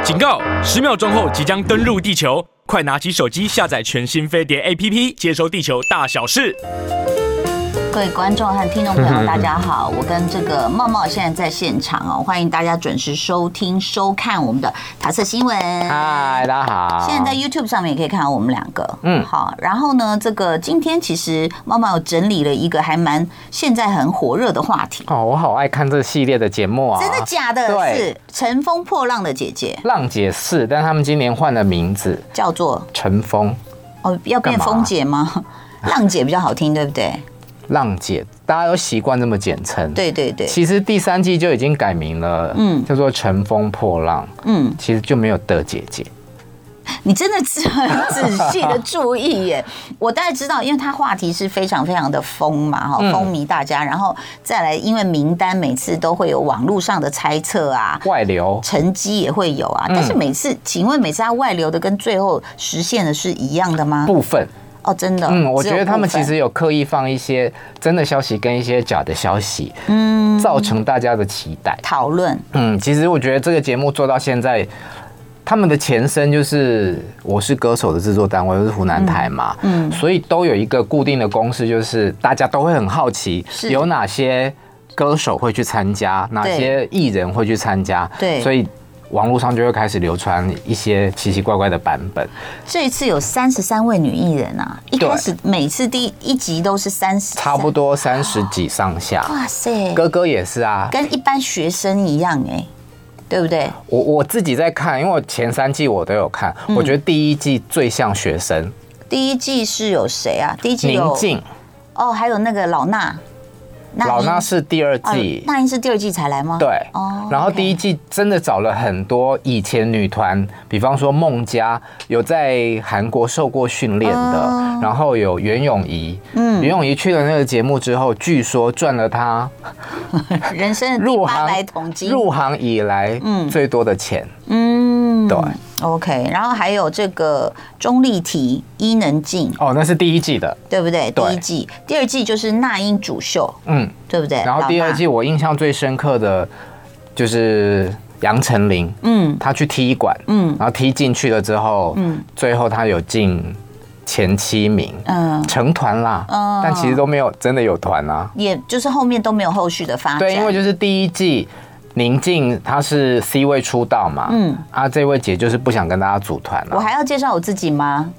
警告！10秒钟后即将登陆地球，快拿起手机下载全新飞碟 APP， 接收地球大小事。 各位观众和听众朋友，大家好，我跟这个茂茂现在在现场哦，欢迎大家准时收听收看我们的塔色新闻。 嗨，大家好。 现在在 YouTube 上面也可以看到我们两个，好。然后呢，这个今天其实茂茂有整理了一个还蛮现在很火热的话题哦，我好爱看这系列的节目啊！ 真的假的？是乘风破浪的姐姐， 浪姐是，但他们今年换了名字， 叫做乘风。 哦，要变风姐吗？浪姐比较好听，对不对？ 浪姐，大家都习惯这么简称。 对对对。 其实第3季就已经改名了，叫做乘风破浪。其实就没有的姐姐。 你真的是很仔细的注意耶！我大概知道，因为它话题是非常非常的疯嘛，哈，风靡大家。然后再来，因为名单每次都会有网络上的猜测啊， 外流成绩也会有啊。但是每次，请问每次它外流的跟最后实现的是一样的吗？ 部分。 哦，真的， 我觉得他们其实有刻意放一些真的消息跟一些假的消息，造成大家的期待讨论。 其实我觉得这个节目做到现在，他们的前身就是《我是歌手》的制作单位，就是湖南台嘛，所以都有一个固定的公式，就是大家都会很好奇有哪些歌手会去参加，哪些艺人会去参加，对，所以网络上就会开始流传一些奇奇怪怪的版本。 这一次有33位女艺人啊，一开始每次第一集都是30， 差不多30几上下。 哇塞， 哥哥也是啊， 跟一般学生一样对不对？ 我自己在看，因为我前3季我都有看，我觉得第1季最像学生。 第1季是有谁啊？第1季有宁静， 哦，还有那个老衲。 老衲是第2季， 那英是第2季才来吗？ 对，然后第1季真的找了很多以前女团，比方说孟佳，有在韩国受过训练的，然后有袁咏仪，袁咏仪去了那个节目之后，据说赚了她人生的第800桶金， 入行以来最多的钱。对。 OK， 然后还有这个钟丽缇、伊能静， 哦，那是第1季的， 对不对？第1季，第2季就是那英主秀，对不对？ 然后第2季我印象最深刻的就是杨丞琳，他去踢馆，然后踢进去了之后，最后他有进前7名，成团啦，但其实都没有真的有团啊， 也就是后面都没有后续的发展。 对，因为就是第1季。宁静她是 C 位出道嘛，这位姐就是不想跟大家组团了。 我还要介绍我自己吗？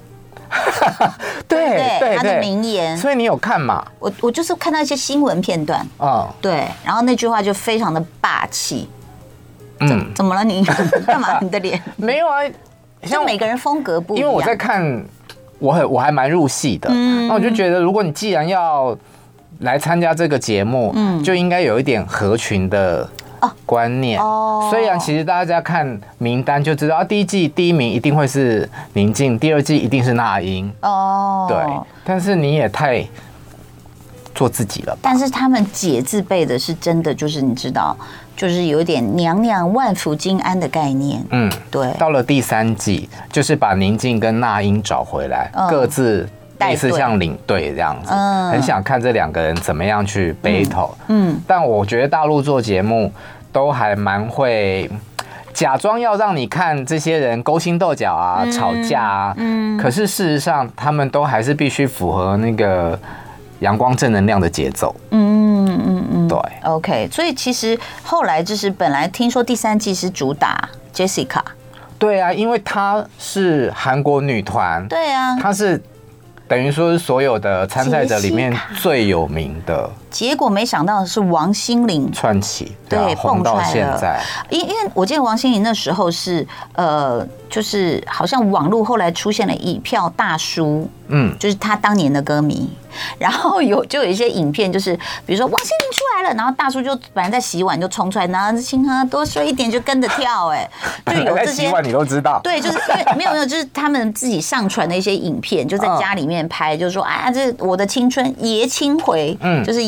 对，她的名言。 所以你有看嘛？ 我就是看到一些新闻片段，对，然后那句话就非常的霸气。怎么了你？干嘛？你的脸？ 没有啊， 像每个人风格不一样。 因为我在看，我还蛮入戏的，那我就觉得，如果你既然要来参加这个节目，就应该有一点合群的。观念，虽然其实大家看名单就知道，第1季第1名一定会是宁静，第2季一定是那英，对，但是你也太做自己了吧。 但是他们姐字辈的是真的，就是你知道，就是有点娘娘万福金安的概念，对。到了第3季，就是把宁静跟那英找回来，各自。类似像领队这样子，很想看这2个人怎么样去 battle。但我觉得大陆做节目都还蛮会假装要让你看这些人勾心斗角啊、吵架啊，可是事实上他们都还是必须符合那个阳光正能量的节奏。对 ，OK。所以其实后来就是本来听说第3季是主打 Jessica。 对啊，因为她是韩国女团。 对啊， 她是。等于说是所有的参赛者里面最有名的， 结果没想到是王心凌窜起，对，红到现在。 因为我记得王心凌那时候是就是好像网络后来出现了一票大叔，就是他当年的歌迷，然后就有一些影片，就是比如说王心凌出来了，然后大叔就本来在洗碗就冲出来，然后请他多睡一点就跟着跳，就有这些。 洗碗你都知道？ 对，就是因为没有，就是他们自己上传的一些影片，就在家里面拍，就是说啊，这我的青春爷青回，就是爷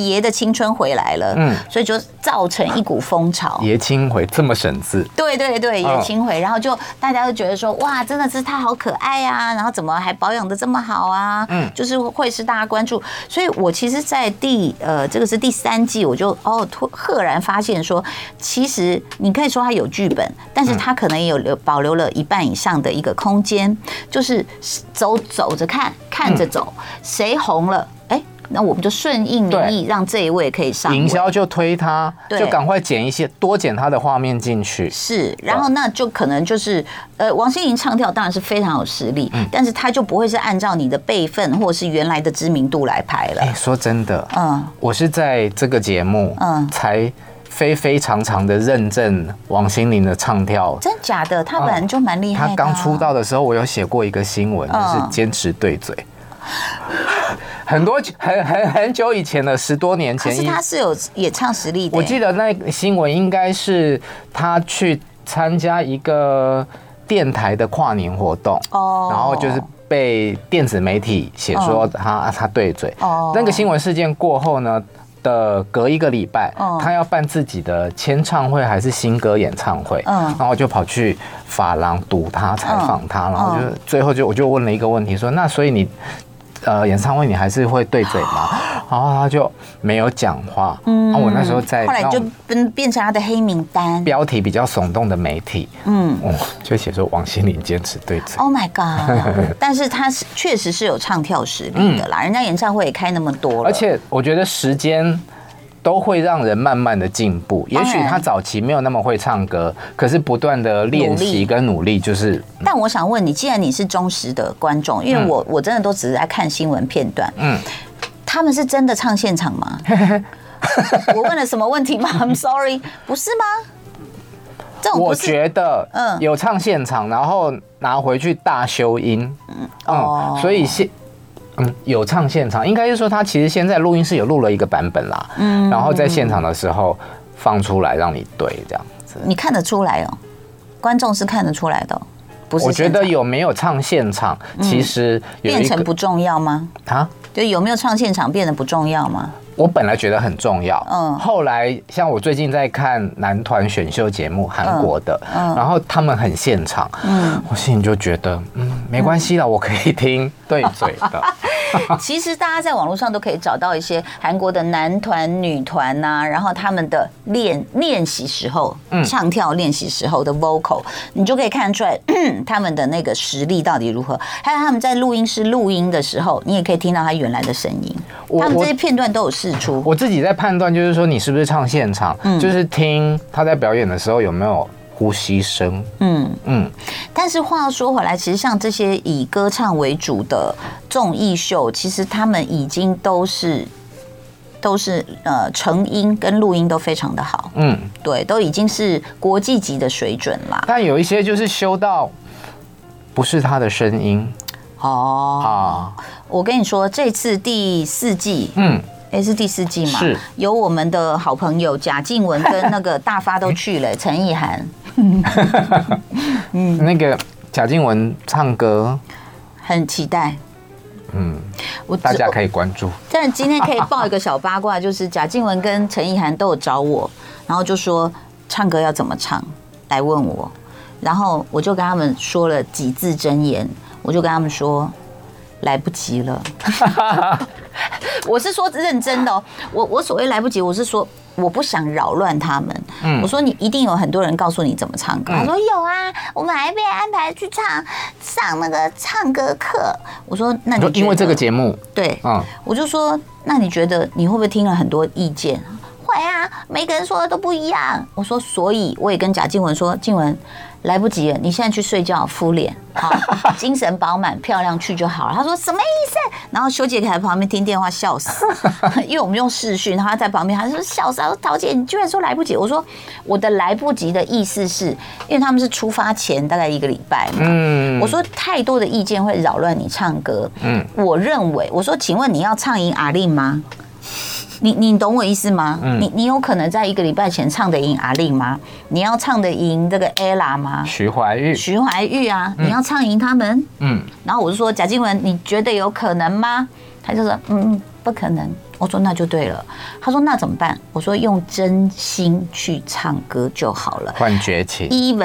爷的青春回来了，所以就造成一股风潮。 爷青回这么省字， 对对对，爷青回，然后就大家都觉得说，哇，真的是他好可爱啊，然后怎么还保养的这么好啊？就是会是大家关注。所以我其实，在这个是第3季，我就赫然发现说，其实你可以说他有剧本，但是他可能也有保留了1半以上的一个空间，就是走着看着走，谁红了，那我们就顺应民意，让这一位可以上位。 营销就推他，就赶快多剪他的画面进去。 是，然后那就可能就是王心凌唱跳当然是非常有实力，但是他就不会是按照你的辈分或者是原来的知名度来排了。 说真的，我是在这个节目，才非常的认证王心凌的唱跳。 真假的？他本来就蛮厉害的。 他刚出道的时候，我有写过一个新闻，就是坚持对嘴。很久以前的10多年前， 可是他是有演唱实力的。 我记得那个新闻应该是他去参加一个电台的跨年活动，然后就是被电子媒体写说他对嘴。那个新闻事件过后呢，隔1个礼拜，他要办自己的签唱会还是新歌演唱会，然后就跑去发廊堵他，采访他，然后最后我就问了一个问题，说那所以你演唱会你还是会对嘴吗？然后他就没有讲话。我那时候在后来就变成他的黑名单， 标题比较耸动的媒体，就写说王心凌坚持对嘴。 Oh my god！ 但是他确实是有唱跳实力的啦，人家演唱会也开那么多了， 而且我觉得时间都会让人慢慢的进步。也许他早期没有那么会唱歌，可是不断的练习跟努力就是。 但我想问你，既然你是忠实的观众，因为我真的都只是在看新闻片段，他们是真的唱现场吗？我问了什么问题吗 ？I'm sorry， 不是吗？这种我觉得有唱现场，然后拿回去大修音，所以有唱现场，应该是说他其实现在录音室有录了一个版本啦，然后在现场的时候放出来让你对这样子， 你看得出来哦，观众是看得出来的哦，不是？ 我觉得有没有唱现场，其实变成不重要吗？就有没有唱现场变得不重要吗？ 我本来觉得很重要，后来像我最近在看男团选秀节目，韩国的，然后他们很现场，我心里就觉得，没关系啦，我可以听对嘴的。 其实大家在网络上都可以找到一些韩国的男团、女团呐，然后他们的练习时候、唱跳练习时候的 vocal， 你就可以看出来他们的那个实力到底如何。还有他们在录音室录音的时候，你也可以听到他原来的声音。他们这些片段都有释出。 我自己在判断，就是说你是不是唱现场，就是听他在表演的时候有没有呼吸声。 但是话说回来，其实像这些以歌唱为主的综艺秀，其实他们已经都是成音跟录音都非常的好。对，都已经是国际级的水准啦。 但有一些就是修到不是他的声音。 我跟你说，这次第4季，是第4季嘛？ 是有我们的好朋友贾静雯跟那个大发都去了，陈意涵。 那个贾静雯唱歌， 很期待。 大家可以关注。 但今天可以报一个小八卦，就是贾静雯跟陈意涵都有找我，然后就说唱歌要怎么唱，来问我，然后我就跟他们说了几字真言，我就跟他们说来不及了。我是说认真的哦，我所谓来不及，我是说我不想扰乱他们。我说你一定有很多人告诉你怎么唱歌。他说有啊，我们还被安排去上那个唱歌课。我说那你因为这个节目， 对，我就说那你觉得你会不会听了很多意见？会啊，每个人说的都不一样。我说所以我也跟贾静雯说，静雯来不及了，你现在去睡觉敷脸，好，精神饱满漂亮去就好了。他说什么意思？然后修姐在旁边听电话笑死，因为我们用视讯，然后他在旁边，他说笑死，陶姐你居然说来不及。我说我的来不及的意思是因为他们是出发前大概1个礼拜嘛，我说太多的意见会扰乱你唱歌，我认为我说请问你要唱赢阿令吗？你懂我意思吗？你有可能在1个礼拜前唱得赢阿令吗？你要唱得赢这个 ella 吗？ 徐怀钰啊，你要唱赢他们？然后我就说贾静雯，你觉得有可能吗？他就说不不可能。我说那就对了。他说那怎么办？我说用真心去唱歌就好了。 换绝情。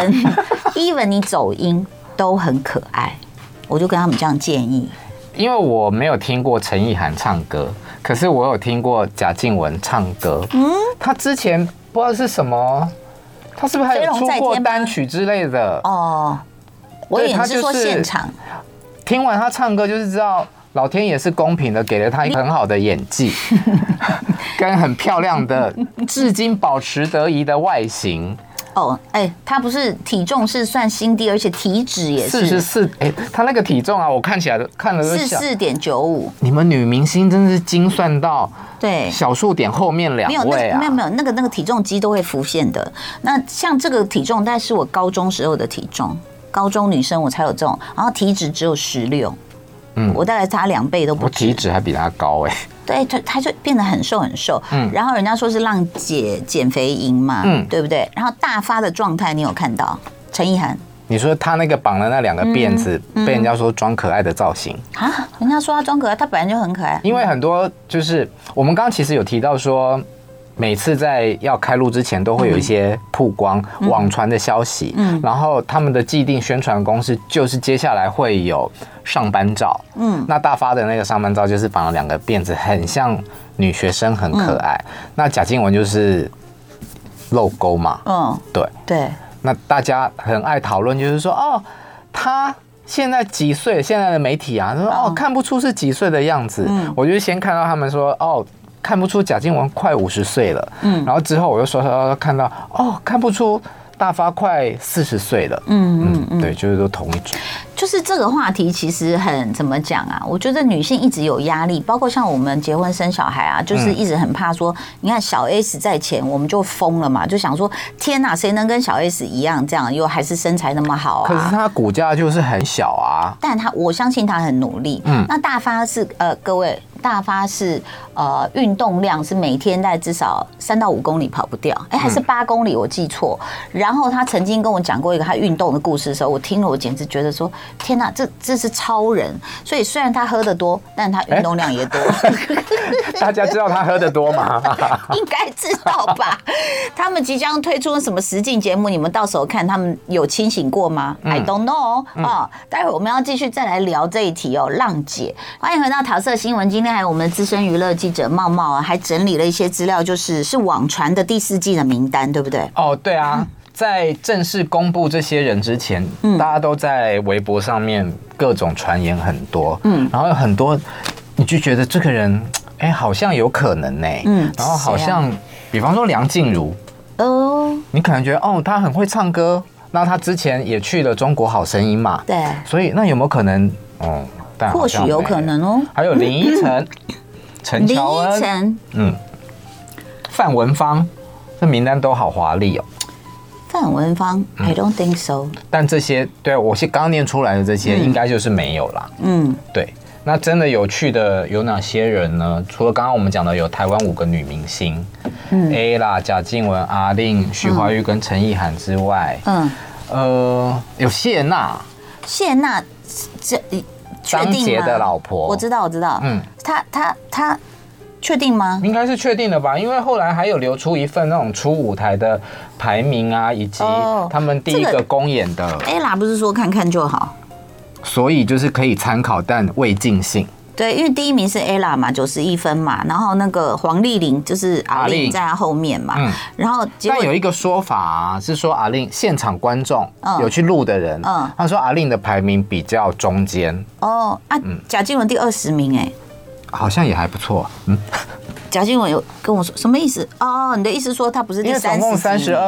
even 你走音都很可爱。我就跟他们这样建议。 因为我没有听过陈意涵唱歌，可是我有听过贾静雯唱歌。他之前不知道是什么，他是不是还有出过单曲之类的？哦， 我以为是说现场。 听完他唱歌，就是知道老天也是公平的，给了他一个很好的演技，跟很漂亮的，至今保持得宜的外形。 哦，他不是体重是算新低，而且体脂也是 44，他那个体重啊，我看起来看了都想 44.95。 你们女明星真是精算到对小数点后面2位啊， 没有那个体重机都会浮现的。那像这个体重，但是我高中时候的体重。高中女生我才有这种，然后体脂只有16，我大概差2倍都不止。 我体脂还比她高对，她就变得很瘦很瘦，然后人家说是让姐减肥营嘛，对不对？然后大发的状态你有看到？陈意涵， 你说她那个绑了那2个辫子，被人家说装可爱的造型啊？人家说她装可爱，她本来就很可爱。 因为很多就是我们刚刚其实有提到说。每次在要开录之前，都会有一些曝光、网传的消息，然后他们的既定宣传公式就是接下来会有上班照，那大发的那个上班照就是绑了2个辫子，很像女学生，很可爱。那贾静雯就是露沟嘛，对。那大家很爱讨论，就是说她现在几岁？现在的媒体啊，说看不出是几岁的样子。我就先看到他们说看不出贾静雯快50岁了，然后之后我又说看到看不出大发快40岁了，对，就是都同一种。 就是这个话题其实很怎么讲啊？我觉得女性一直有压力，包括像我们结婚生小孩啊，就是一直很怕说，你看小 S 在前，我们就疯了嘛，就想说天哪，谁能跟小 S 一样这样，又还是身材那么好啊？ 可是她骨架就是很小啊。 但我相信她很努力。那大发是各位。大发是运动量是每天大概至少3到5公里跑不掉，还是8公里我记错。然后他曾经跟我讲过一个他运动的故事的时候，我听了我简直觉得说天哪，这是超人。所以虽然他喝得多，但他运动量也多。 大家知道他喝得多吗？ 应该知道吧？他们即将推出什么实境节目？你们到时候看他们有清醒过吗？I don't know 待会我们要继续再来聊这一题浪姐，欢迎回到桃色新闻。今天还有我们的资深娱乐记者茂茂啊，还整理了一些资料，是网传的第4季的名单，对不对？ 对啊，在正式公布这些人之前，大家都在微博上面各种传言很多，然后有很多你就觉得这个人好像有可能呢，然后好像比方说梁静茹，你可能觉得她很会唱歌，那她之前也去了中国好声音嘛， 对， 所以那有没有可能或许有可能还有林依晨、陈乔恩、范文芳，这名单都好华丽范文芳 ，I don't think so。 但这些，对我刚刚念出来的这些，应该就是没有啦。对。那真的有趣的有哪些人呢？除了刚刚我们讲的有台湾5个女明星，A 啦、贾静雯、阿令、徐怀钰跟陈意涵之外，有谢娜， 这。 张杰的老婆， 我知道，他确定吗？ 应该是确定的吧，因为后来还有流出一份那种初舞台的排名啊，以及他们第一个公演的。 Ella 不是说看看就好， 所以就是可以参考，但未尽兴。 对，因为第1名是 Ella 嘛，91分嘛，然后那个黄丽玲就是阿令在她后面嘛，然后但有一个说法是说阿令现场观众有去录的人，他说阿令的排名比较中间。 贾静雯第20名好像也还不错。 贾静雯有跟我说什么意思？你的意思说他不是第30名？ 因为总共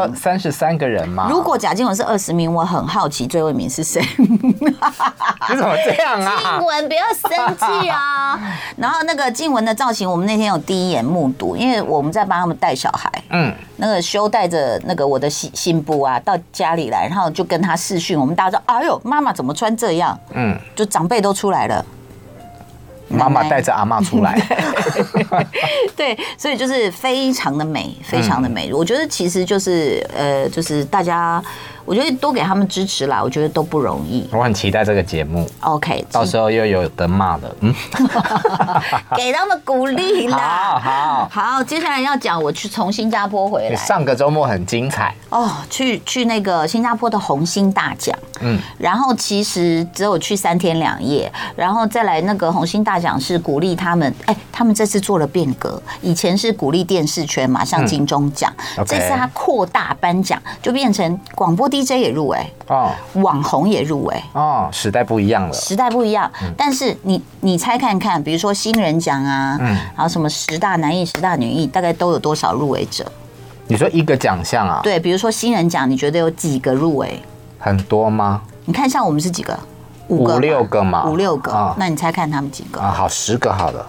33个人嘛。 如果贾静雯是20名，我很好奇最后1名是谁？ 你怎么这样啊？ 静雯不要生气啊！然后那个静雯的造型，我们那天有第一眼目睹，因为我们在帮他们带小孩，那个修带着那个我的新布啊到家里来，然后就跟他视讯，我们大家说：“哎呦，妈妈怎么穿这样？”就长辈都出来了。 妈妈带着阿嬷出来， 对，所以就是非常的美，非常的美。我觉得其实就是大家， 我觉得多给他们支持啦，我觉得都不容易。 我很期待这个节目 ，OK， 到时候又有得骂的， 给他们鼓励啦。 好，接下来要讲我去从新加坡回来， 上个周末很精彩哦，去那个新加坡的红星大奖，然后其实只有去3天2夜，然后再来那个红星大奖是鼓励他们，他们这次做了变革，以前是鼓励电视圈嘛，像金钟奖，这次他扩大颁奖，就变成广播 DJ 也入围，网红也入围， 时代不一样了， 时代不一样。但是你猜看看，比如说新人奖啊，然后什么10大男艺、10大女艺，大概都有多少入围者？ 你说一个奖项啊？ 对，比如说新人奖，你觉得有几个入围？很多吗？ 你看，像我们是几个 ？5、6个嘛 ，5、6个。那你猜看他们几个？ 好，10个好了。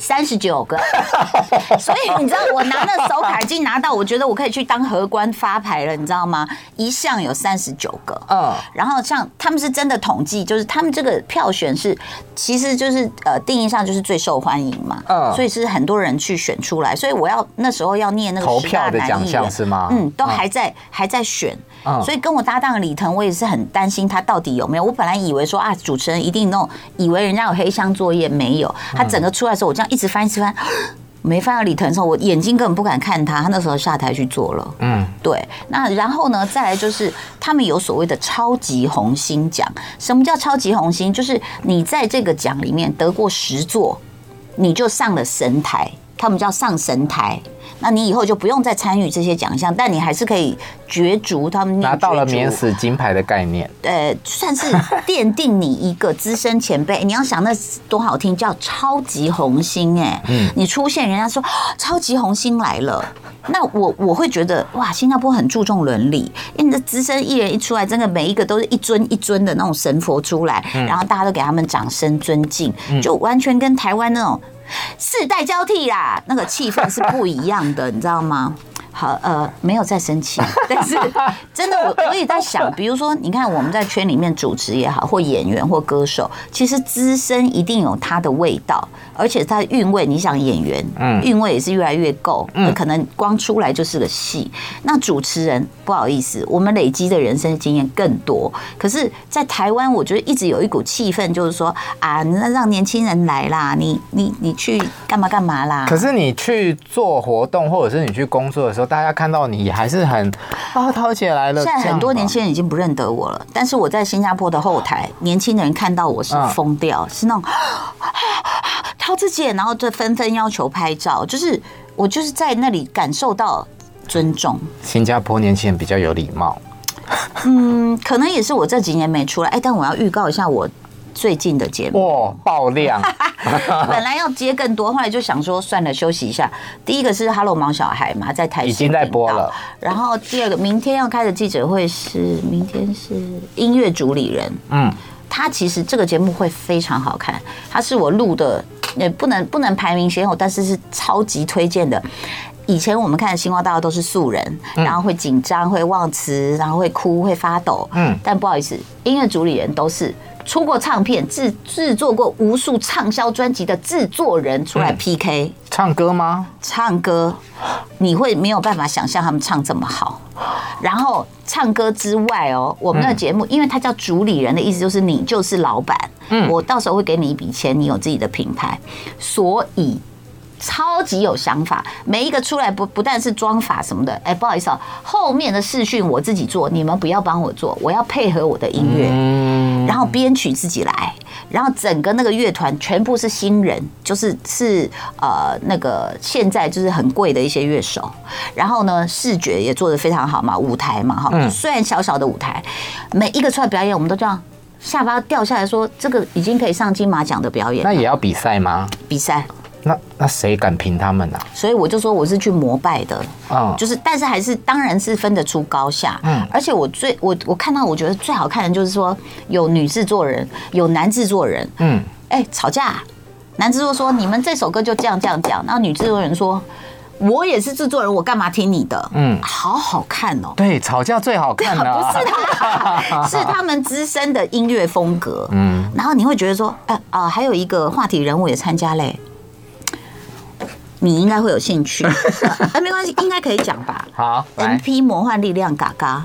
39个，所以你知道我拿那手卡已经拿到，我觉得我可以去当荷官发牌了，你知道吗？一项有39个，然后像他们是真的统计，就是他们这个票选是，其实就是定义上就是最受欢迎嘛，所以是很多人去选出来，所以我那时候要念那个投票的奖项是吗？ 都还在选，所以跟我搭档的李腾，我也是很担心他到底有没有。我本来以为说主持人一定以为人家有黑箱作业，没有，他整个出来的时候，我这样一直翻，没翻到李腾的时候，我眼睛根本不敢看他。他那时候下台去做了，对。那然后呢，再来就是他们有所谓的超级红星奖。什么叫超级红星？就是你在这个奖里面得过10座，你就上了神台，他们叫上神台。那你以后就不用再参与这些奖项，但你还是可以角逐他们， 拿到了免死金牌的概念， 算是奠定你一个资深前辈。你要想那多好听，叫超级红星你出现，人家说超级红星来了，那我会觉得哇，新加坡很注重伦理，因为你的资深艺人一出来，真的每一个都是一尊一尊的那种神佛出来，然后大家都给他们掌声尊敬，就完全跟台湾那种世代交替啦，那个气氛是不一样的，你知道吗？好，没有在生气，但是真的，我也在想，比如说，你看我们在圈里面主持也好，或演员或歌手，其实资深一定有它的味道，而且它的韵味，你想演员，韵味也是越来越够，可能光出来就是个戏。那主持人不好意思，我们累积的人生经验更多，可是，在台湾，我觉得一直有一股气氛，就是说啊，那让年轻人来啦，你去干嘛干嘛啦？ 可是你去做活动，或者是你去工作的时候，大家看到你还是很涛姐来了。 现在很多年轻人已经不认得我了，但是我在新加坡的后台，年轻人看到我是疯掉，是那种涛子姐，然后就纷纷要求拍照，就是我就是在那里感受到尊重。 新加坡年轻人比较有礼貌， 可能也是我这几年没出来，但我要预告一下我最近的节目爆量， 本来要接更多，后来就想说算了，休息一下。第一个是 Hello 毛小孩嘛，在台视已经在播了。 然后第二个，明天要开的记者会是明天是音乐主理人，他其实这个节目会非常好看，他是我录的，也不能排名先后，但是是超级推荐的。以前我们看的星光大道都是素人，然后会紧张、会忘词，然后会哭、会发抖。但不好意思，音乐主理人都是出过唱片、制作过无数畅销专辑的制作人出来 PK。 唱歌吗？ 唱歌，你会没有办法想象他们唱这么好。然后唱歌之外我们的节目，因为它叫主理人的意思就是你就是老板，我到时候会给你一笔钱，你有自己的品牌，所以超级有想法，每一个出来不但是妆法什么的，不好意思后面的视讯我自己做，你们不要帮我做，我要配合我的音乐，然后编曲自己来，然后整个那个乐团全部是新人，就是那个现在就是很贵的一些乐手，然后呢视觉也做得非常好嘛，舞台嘛虽然小小的舞台，每一个出来表演我们都这样下巴掉下来说，这个已经可以上金马奖的表演。 那也要比赛吗？ 比赛。 那谁敢评他们啊？ 所以我就说我是去膜拜的，就是但是还是当然是分得出高下，而且我看到我觉得最好看的就是说有女制作人，有男制作人，吵架，男制作说你们这首歌就这样，然后女制作人说。我也是制作人，我干嘛听你的？好好看哦。 对，吵架最好看了。 不是他，是他们资深的音乐风格。然后你会觉得说，还有一个话题人物也参加嘞，你应该会有兴趣。没关系，应该可以讲吧？ 好 ，MP 魔幻力量嘎嘎。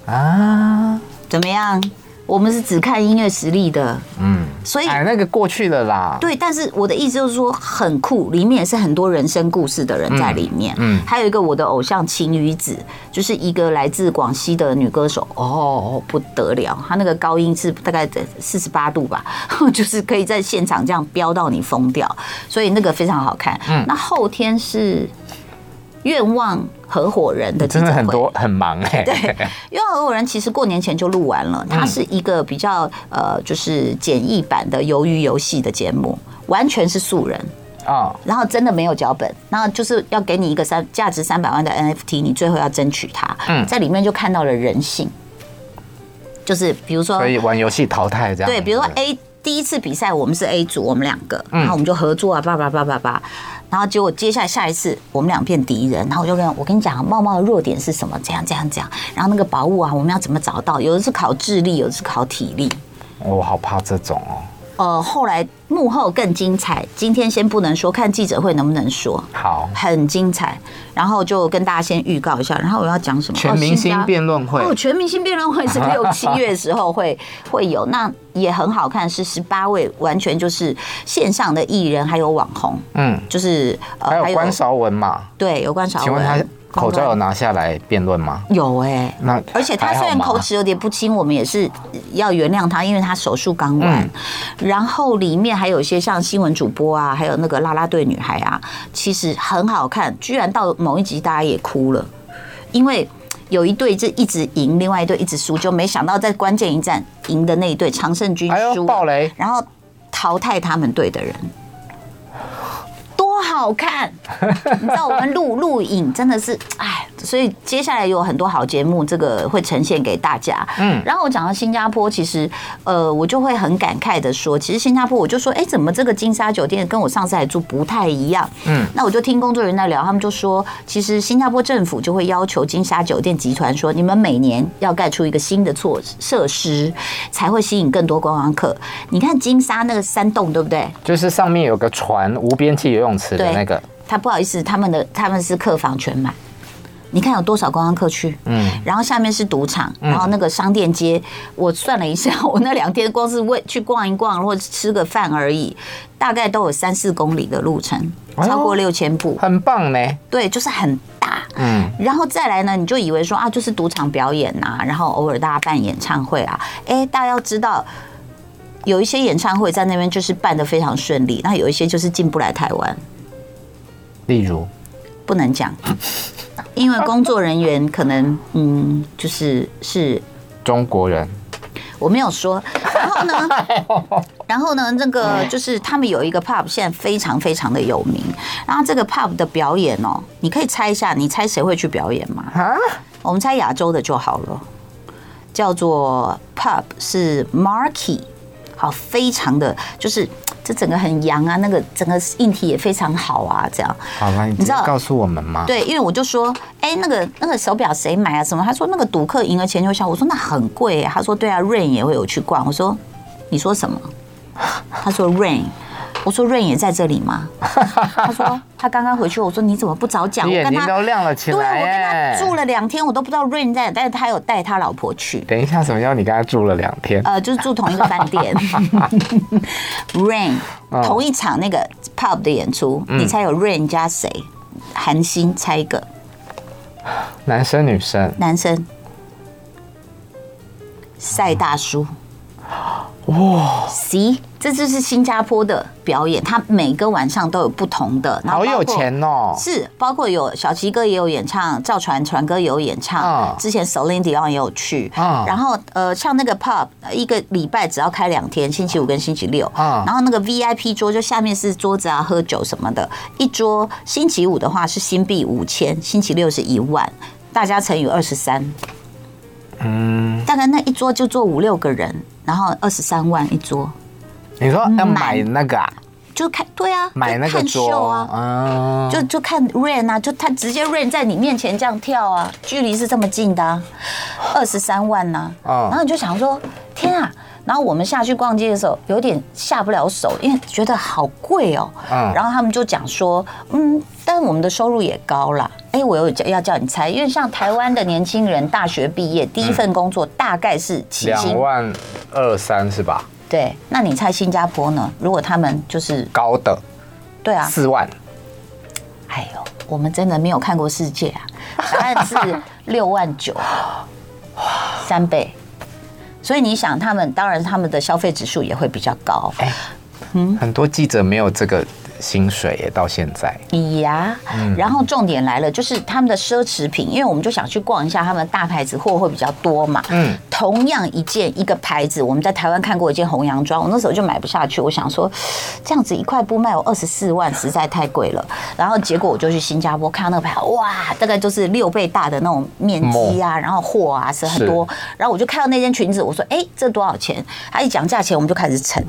啊， 怎么样？我们是只看音乐实力的，所以那个过去了啦。 对，但是我的意思就是说很酷，里面也是很多人生故事的人在里面。还有一个我的偶像晴雨子，就是一个来自广西的女歌手，不得了，她那个高音是大概48度吧，就是可以在现场这样飙到你疯掉，所以那个非常好看。那后天是愿望合伙人的记者会， 真的很多很忙对，愿望合伙人其实过年前就录完了，它是一个比较就是简易版的鱿鱼游戏的节目，完全是素人然后真的没有脚本，然后就是要给你一个价值300万的 NFT， 你最后要争取它。在里面就看到了人性，就是比如说， 所以玩游戏淘汰这样。 对，比如说 A 第一次比赛我们是 A 组，我们2个，然后我们就合作啊，叭，然后结果接下来下一次我们俩变敌人，然后我跟你讲，茂茂的弱点是什么？这样，然后那个宝物啊，我们要怎么找到？有的是考智力，有的是考体力。 我好怕这种后来幕后更精彩，今天先不能说，看记者会能不能说。 好， 很精彩。然后就跟大家先预告一下，然后我要讲什么？ 全明星辩论会。 全明星辩论会是6、7月的时候会有，那也很好看，是18位完全就是线上的艺人还有网红，就是还有关韶文嘛？ 对，有关韶文。 请问他口罩有拿下来辩论吗？ 有那而且他虽然口齿有点不清，我们也是要原谅他，因为他手术刚完。然后里面还有一些像新闻主播啊，还有那个啦啦队女孩啊，其实很好看。居然到某一集大家也哭了，因为有一队就一直赢，另外一队一直输，就没想到在关键一战赢的那一队常胜军输， 爆雷， 然后淘汰他们队的人。多好看！你知道我们录影真的是所以接下来有很多好节目，这个会呈现给大家。然后我讲到新加坡，其实我就会很感慨的说，其实新加坡我就说，怎么这个金沙酒店跟我上次来住不太一样？那我就听工作人员在聊，他们就说，其实新加坡政府就会要求金沙酒店集团说，你们每年要盖出一个新的设施，才会吸引更多观光客。你看金沙那个山洞，对不对？ 就是上面有个船，无边际游泳池的那个。 他不好意思，他们是客房全满。你看有多少观光客去？然后下面是赌场，然后那个商店街，我算了一下，我那2天光是去逛一逛或者吃个饭而已，大概都有3、4公里的路程，超过6000步， 很棒呢。 对，就是很大。然后再来呢，你就以为说就是赌场表演啊，然后偶尔大家办演唱会啊，大家要知道。有一些演唱会在那边就是办得非常顺利，那有一些就是进不来台湾。例如，不能讲，因为工作人员可能就是中国人。 我没有说。然后呢，那个就是他们有一个 pub， 现在非常非常的有名。然后这个 pub 的表演你可以猜一下，你猜谁会去表演吗？我们猜亚洲的就好了。叫做 pub 是 Marquee。好，非常的就是这整个很洋啊，那个整个硬体也非常好啊，这样。 好了，你知道告诉我们吗？ 对，因为我就说，那个手表谁买啊？什么？他说那个赌客赢了钱就笑。我说那很贵。他说对啊 ，Rain 也会有去逛。我说你说什么？他说 Rain。我说 Rain 也在这里吗？他说他刚刚回去。我说你怎么不早讲？我眼睛都亮了起来。 对，我跟他住了2天，我都不知道 Rain 在，但是他有带他老婆去。 等一下，什么叫你跟他住了2天？ 就是住同一个饭店。Rain 同一场那个 pub 的演出，你猜有 Rain 加谁？韩星，猜一个。 男生女生？ 男生。赛大叔。 哇 ，C， 这就是新加坡的表演，他每个晚上都有不同的， 好有钱哦。 是，包括有小齐哥也有演唱，赵传哥也有演唱，之前 Celine Dion 也有去，然后像那个 pub 一个礼拜只要开2天，星期5跟星期6，然后那个 VIP 桌就下面是桌子啊，喝酒什么的，一桌星期5的话是新币5000，星期6是1万，大家乘以23。大概那一桌就坐5、6个人，然后23万一桌。 你说要买那个啊？ 就看，对啊， 买那个桌啊， 就看 Rain 啊，就他直接 Rain 在你面前这样跳啊，距离是这么近的啊，23万呐，然后你就想说，天啊！然后我们下去逛街的时候，有点下不了手，因为觉得好贵哦。然后他们就讲说，但我们的收入也高啦， 我要叫你猜，因为像台湾的年轻人大学毕业第一份工作大概是起薪 2.2-3万是吧？ 对，那你猜新加坡呢？如果他们就是高的， 对啊 ，4万。 哎呦，我们真的没有看过世界啊！答案是6.9万，3倍。所以你想，当然他们的消费指数也会比较高。 很多记者没有这个薪水耶，到现在呀。然后重点来了，就是他们的奢侈品，因为我们就想去逛一下他们大牌子货会比较多嘛。同样一个牌子，我们在台湾看过一件红洋装，我那时候就买不下去，我想说这样子1块布卖我24万，实在太贵了。然后结果我就去新加坡看到那个牌，哇，大概就是6倍大的那种面积啊，然后货啊是很多。然后我就看到那件裙子，我说这多少钱？他一讲价钱，我们就开始乘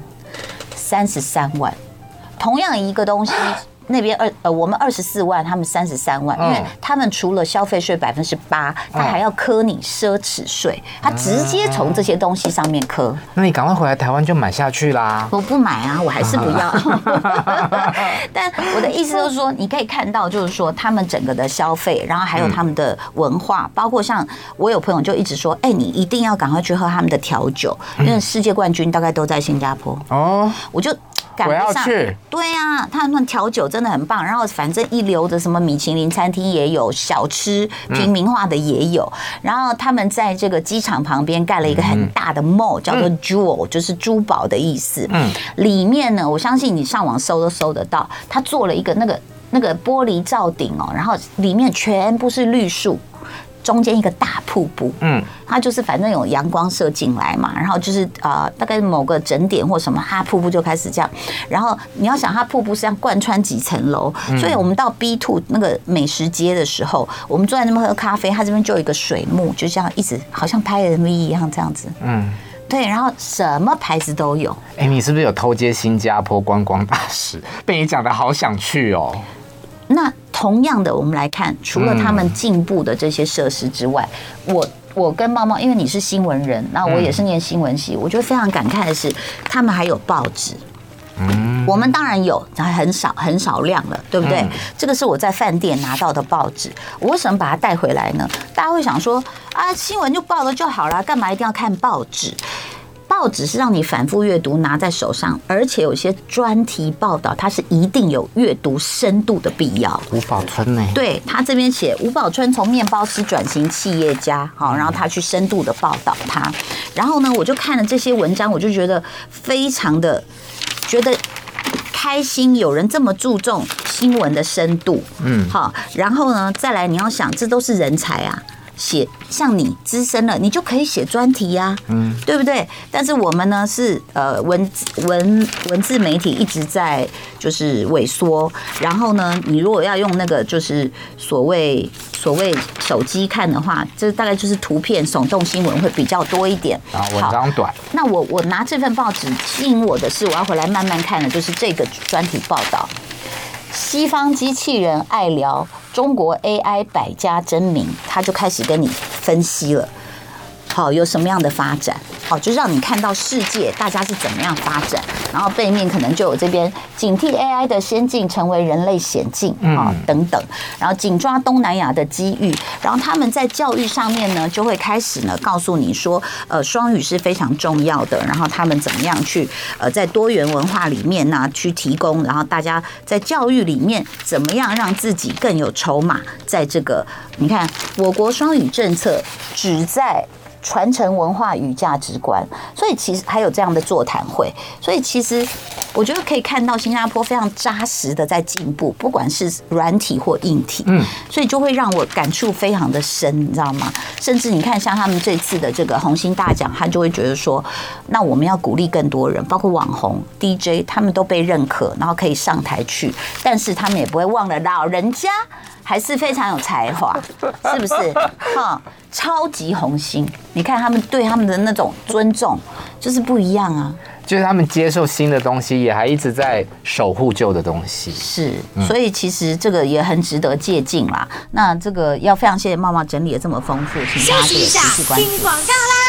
，33万。同样一个东西，那边我们24万，他们33万，因为他们除了消费税8%，他还要科你奢侈税，他直接从这些东西上面科。 那你赶快回来台湾就买下去啦！ 我不买啊，我还是不要。但我的意思就是说，你可以看到，就是说他们整个的消费，然后还有他们的文化，包括像我有朋友就一直说，你一定要赶快去喝他们的调酒，因为世界冠军大概都在新加坡。我就。 我要去， 对啊，他们调酒真的很棒，然后反正一流的什么米其林餐厅也有，小吃平民化的也有，然后他们在这个机场旁边盖了一个很大的 mall， 叫做 Jewel， 就是珠宝的意思。里面呢，我相信你上网搜都搜得到，他做了一个那个玻璃罩顶然后里面全部是绿树。中间一个大瀑布，它就是反正有阳光射进来嘛，然后就是大概某个整点或什么，它瀑布就开始这样。然后你要想，它瀑布是这样贯穿几层楼，所以我们到 B2 那个美食街的时候，我们坐在那边喝咖啡，它这边就有一个水幕，就这样一直好像拍 MV 一样这样子。对，然后什么牌子都有。 你是不是有偷接新加坡观光大使？被你讲的好想去哦。 那同样的，我们来看，除了他们进步的这些设施之外，我跟猫猫，因为你是新闻人，那我也是念新闻系，我觉得非常感慨的是，他们还有报纸。我们当然有，很少量了，对不对？这个是我在饭店拿到的报纸，我为什么把它带回来呢？大家会想说新闻就报了就好了，干嘛一定要看报纸？报纸是让你反复阅读，拿在手上，而且有些专题报道，它是一定有阅读深度的必要。 吴宝春呢？ 对，他这边写吴宝春从面包师转型企业家，然后他去深度的报道他，然后呢，我就看了这些文章，我就觉得非常的觉得开心，有人这么注重新闻的深度，好，然后呢，再来你要想，这都是人才啊。写像你资深了，你就可以写专题呀，对不对？但是我们呢是文字媒体一直在就是萎缩，然后呢，你如果要用那个就是所谓手机看的话，这大概就是图片耸动新闻会比较多一点， 然后文章短。 那我拿这份报纸吸引我的是，我要回来慢慢看的，就是这个专题报道。西方机器人爱聊中国 AI 百家争鸣，他就开始跟你分析了。好，有什么样的发展？好，就让你看到世界大家是怎么样发展，然后背面可能就有这边警惕 AI 的先进成为人类险境啊等等，然后紧抓东南亚的机遇，然后他们在教育上面呢就会开始呢告诉你说，双语是非常重要的，然后他们怎么样去在多元文化里面呢去提供，然后大家在教育里面怎么样让自己更有筹码，在这个你看我国双语政策旨在传承文化与价值观，所以其实还有这样的座谈会，所以其实我觉得可以看到新加坡非常扎实的在进步，不管是软体或硬体，所以就会让我感触非常的深，你知道吗？甚至你看像他们这次的这个红星大奖，他就会觉得说，那我们要鼓励更多人，包括网红 DJ， 他们都被认可，然后可以上台去，但是他们也不会忘了老人家还是非常有才华，是不是？超级红星，你看他们对他们的那种尊重，就是不一样啊。 就是他们接受新的东西，也还一直在守护旧的东西。 是，所以其实这个也很值得借鉴啦。那这个要非常谢谢茂茂整理的这么丰富，请大家这个持续关注。